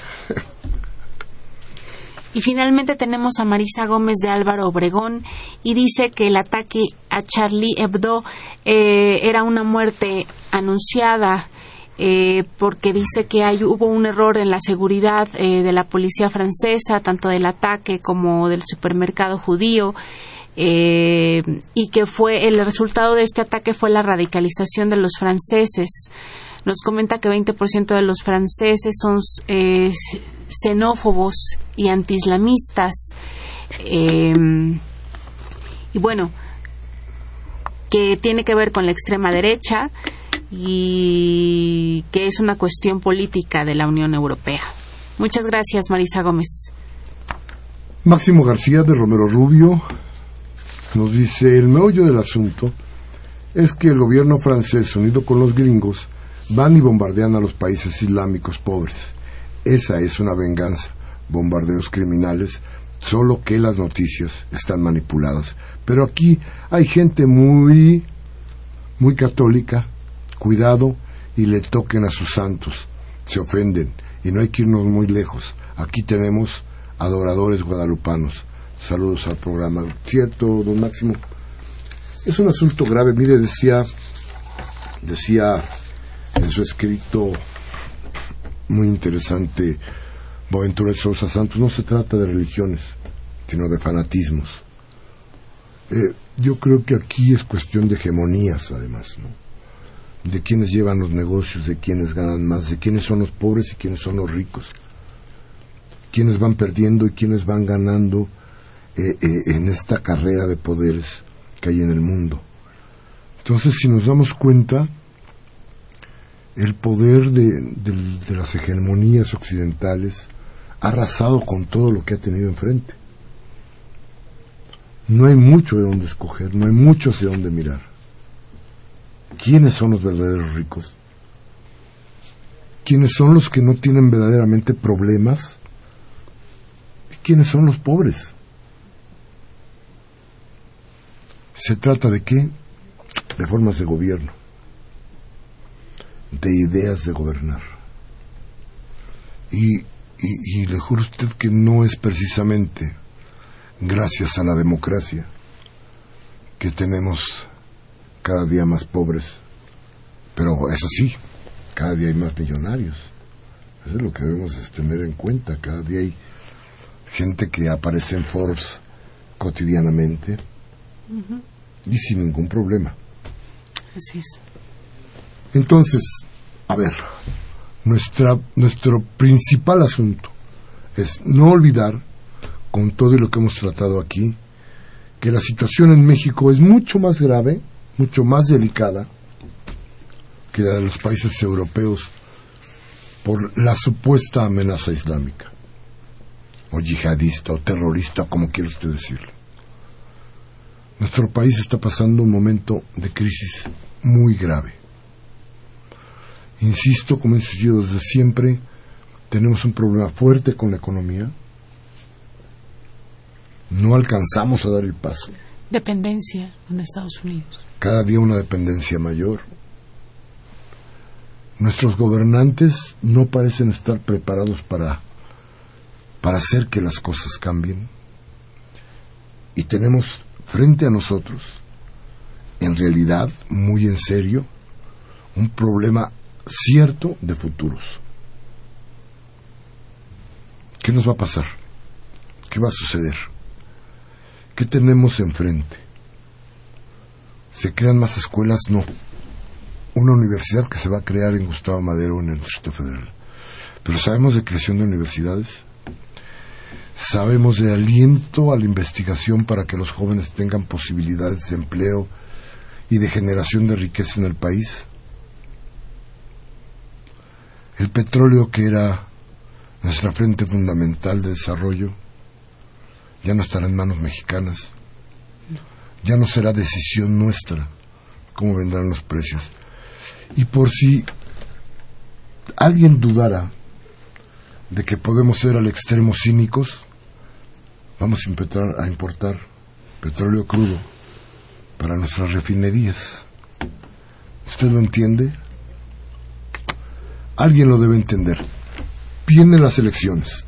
Y finalmente tenemos a Marisa Gómez de Álvaro Obregón y dice que el ataque a Charlie Hebdo eh, era una muerte anunciada eh, porque dice que hay, hubo un error en la seguridad eh, de la policía francesa, tanto del ataque como del supermercado judío. Eh, y que fue el resultado de este ataque fue la radicalización de los franceses. Nos comenta que veinte por ciento de los franceses son eh, xenófobos y antiislamistas. Eh, y bueno, que tiene que ver con la extrema derecha y que es una cuestión política de la Unión Europea. Muchas gracias, Marisa Gómez. Máximo García de Romero Rubio nos dice, el meollo del asunto es que el gobierno francés, unido con los gringos, van y bombardean a los países islámicos pobres. Esa es una venganza, bombardeos criminales, solo que las noticias están manipuladas. Pero aquí hay gente muy, muy católica, cuidado y le toquen a sus santos, se ofenden y no hay que irnos muy lejos. Aquí tenemos adoradores guadalupanos. Saludos al programa. Cierto, don Máximo, es un asunto grave. Mire, decía decía en su escrito muy interesante Boaventura de Sousa Santos, no se trata de religiones sino de fanatismos. eh, yo creo que aquí es cuestión de hegemonías, además, ¿no? De quiénes llevan los negocios, de quiénes ganan más, de quiénes son los pobres y quiénes son los ricos, quiénes van perdiendo y quiénes van ganando Eh, eh, en esta carrera de poderes que hay en el mundo. Entonces, si nos damos cuenta, el poder de, de, de las hegemonías occidentales ha arrasado con todo lo que ha tenido enfrente. No hay mucho de dónde escoger, no hay mucho hacia dónde mirar. ¿Quiénes son los verdaderos ricos? ¿Quiénes son los que no tienen verdaderamente problemas? ¿Y quiénes son los pobres? ¿Se trata de qué? De formas de gobierno, de ideas de gobernar. Y, y, y le juro a usted que no es precisamente gracias a la democracia que tenemos cada día más pobres, pero eso sí, cada día hay más millonarios. Eso es lo que debemos tener en cuenta. Cada día hay gente que aparece en Forbes cotidianamente uh-huh. y sin ningún problema. Así es. Entonces, a ver, nuestra, nuestro principal asunto es no olvidar, con todo lo que hemos tratado aquí, que la situación en México es mucho más grave, mucho más delicada que la de los países europeos por la supuesta amenaza islámica, o yihadista, o terrorista, como quiera usted decirlo. Nuestro país está pasando un momento de crisis muy grave. Insisto, como he insistido desde siempre, tenemos un problema fuerte con la economía. No alcanzamos a dar el paso. Dependencia con Estados Unidos. Cada día una dependencia mayor. Nuestros gobernantes no parecen estar preparados para, para hacer que las cosas cambien. Y tenemos frente a nosotros, en realidad, muy en serio, un problema cierto de futuros. ¿Qué nos va a pasar? ¿Qué va a suceder? ¿Qué tenemos enfrente? ¿Se crean más escuelas? No. Una universidad que se va a crear en Gustavo Madero, en el Distrito Federal. Pero ¿sabemos de creación de universidades? ¿Sabemos de aliento a la investigación para que los jóvenes tengan posibilidades de empleo y de generación de riqueza en el país? El petróleo, que era nuestra fuente fundamental de desarrollo, ya no estará en manos mexicanas. Ya no será decisión nuestra cómo vendrán los precios. Y por si alguien dudara de que podemos ser al extremo cínicos, vamos a empezar a importar petróleo crudo para nuestras refinerías. ¿Usted lo entiende? Alguien lo debe entender. Vienen las elecciones.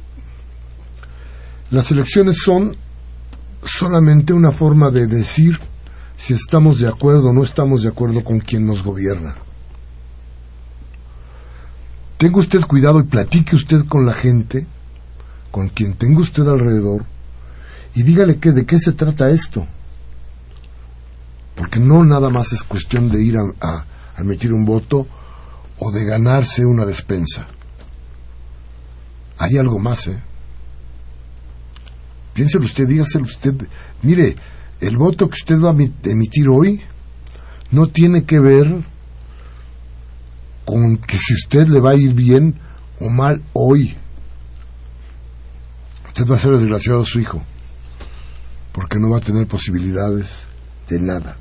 Las elecciones son solamente una forma de decir si estamos de acuerdo o no estamos de acuerdo con quien nos gobierna. Tenga usted cuidado y platique usted con la gente, con quien tenga usted alrededor, y dígale que de qué se trata esto. Porque no nada más es cuestión de ir a, a, a emitir un voto o de ganarse una despensa. Hay algo más, ¿eh? Piénselo usted, dígaselo usted. Mire, el voto que usted va a emitir hoy no tiene que ver con que si usted le va a ir bien o mal hoy. Usted va a ser desgraciado a su hijo, porque no va a tener posibilidades de nada.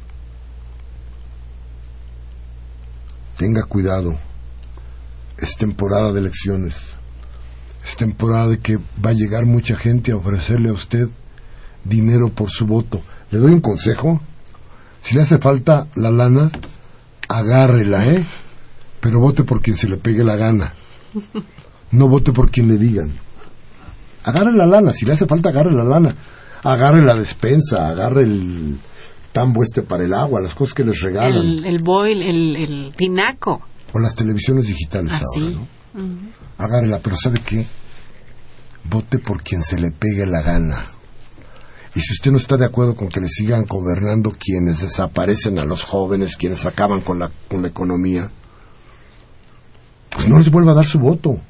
Tenga cuidado. Es temporada de elecciones. Es temporada de que va a llegar mucha gente a ofrecerle a usted dinero por su voto. Le doy un consejo. Si le hace falta la lana, agárrela, ¿eh? Pero vote por quien se le pegue la gana. No vote por quien le digan. Agarre la lana. Si le hace falta, agarre la lana. Agarre la despensa, agarre el tambo este para el agua, las cosas que les regalan. El, el boil, el, el tinaco. O las televisiones digitales ah, ahora, sí. ¿no? Uh-huh. Agárrela, pero ¿sabe qué? Vote por quien se le pegue la gana. Y si usted no está de acuerdo con que le sigan gobernando quienes desaparecen a los jóvenes, quienes acaban con la, con la economía, pues no les vuelva a dar su voto.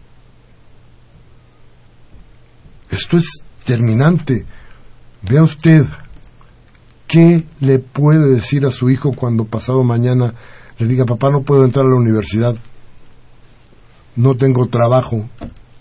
Esto es terminante. Vea usted, ¿qué le puede decir a su hijo cuando pasado mañana le diga, papá, no puedo entrar a la universidad, no tengo trabajo?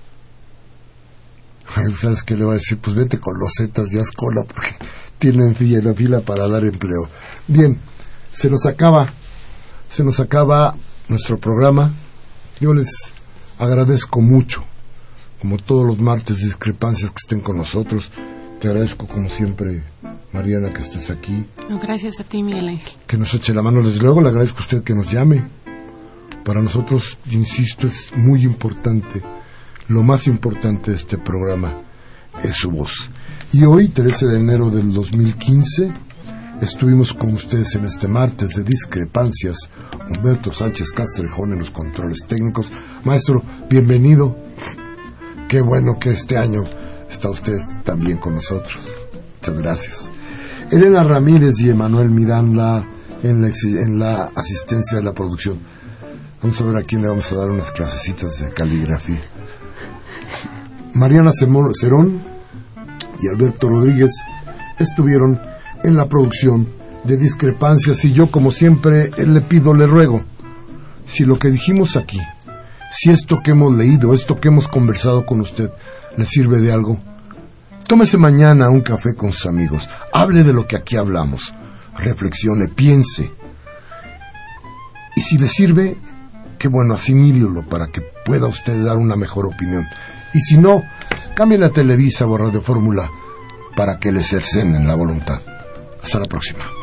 ¿Sabes qué le va a decir? Pues vete con los zetas y haz cola, porque tienen fila, la fila para dar empleo. Bien, se nos acaba, se nos acaba nuestro programa. Yo les agradezco mucho, como todos los martes, discrepancias, que estén con nosotros. Te agradezco como siempre, Mariana, que estés aquí. No, gracias a ti, Miguel Ángel. Que nos eche la mano. Desde luego le agradezco a usted que nos llame. Para nosotros, insisto, es muy importante. Lo más importante de este programa es su voz. Y hoy, trece de enero del dos mil quince, estuvimos con ustedes en este martes de discrepancias. Humberto Sánchez Castrejón en los controles técnicos. Maestro, bienvenido. Qué bueno que este año está usted también con nosotros. Muchas gracias. Elena Ramírez y Emanuel Miranda en la, en la asistencia de la producción. Vamos a ver a quién le vamos a dar unas clasecitas de caligrafía. Mariana Cerón y Alberto Rodríguez estuvieron en la producción de Discrepancias, y yo, como siempre, le pido, le ruego, si lo que dijimos aquí, si esto que hemos leído, esto que hemos conversado con usted, le sirve de algo, tómese mañana un café con sus amigos, hable de lo que aquí hablamos, reflexione, piense, y si le sirve, qué bueno, asimílelo para que pueda usted dar una mejor opinión. Y si no, cambie la Televisa o Radio Fórmula para que le cercenen la voluntad. Hasta la próxima.